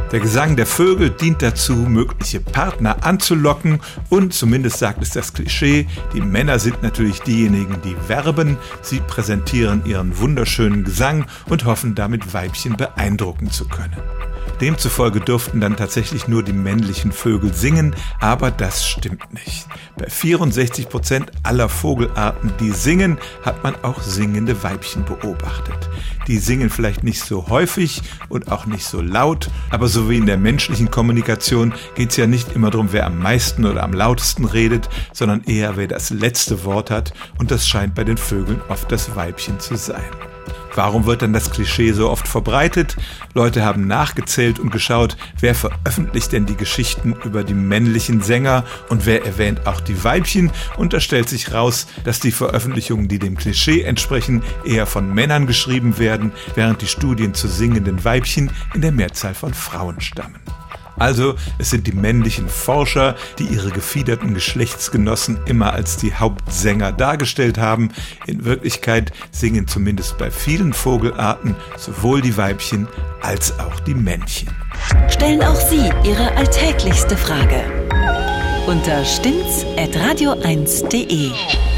Der Gesang der Vögel dient dazu, mögliche Partner anzulocken und, zumindest sagt es das Klischee, die Männer sind natürlich diejenigen, die werben. Sie präsentieren ihren wunderschönen Gesang und hoffen damit Weibchen beeindrucken zu können. Demzufolge dürften dann tatsächlich nur die männlichen Vögel singen, aber das stimmt nicht. Bei 64% aller Vogelarten, die singen, hat man auch singende Weibchen beobachtet. Die singen vielleicht nicht so häufig und auch nicht so laut, aber so wie in der menschlichen Kommunikation geht es ja nicht immer darum, wer am meisten oder am lautesten redet, sondern eher, wer das letzte Wort hat, und das scheint bei den Vögeln oft das Weibchen zu sein. Warum wird dann das Klischee so oft verbreitet? Leute haben nachgezählt und geschaut, wer veröffentlicht denn die Geschichten über die männlichen Sänger und wer erwähnt auch die Weibchen. Und da stellt sich raus, dass die Veröffentlichungen, die dem Klischee entsprechen, eher von Männern geschrieben werden, während die Studien zu singenden Weibchen in der Mehrzahl von Frauen stammen. Also, es sind die männlichen Forscher, die ihre gefiederten Geschlechtsgenossen immer als die Hauptsänger dargestellt haben. In Wirklichkeit singen zumindest bei vielen Vogelarten sowohl die Weibchen als auch die Männchen. Stellen auch Sie Ihre alltäglichste Frage unter stimmt's@radio1.de.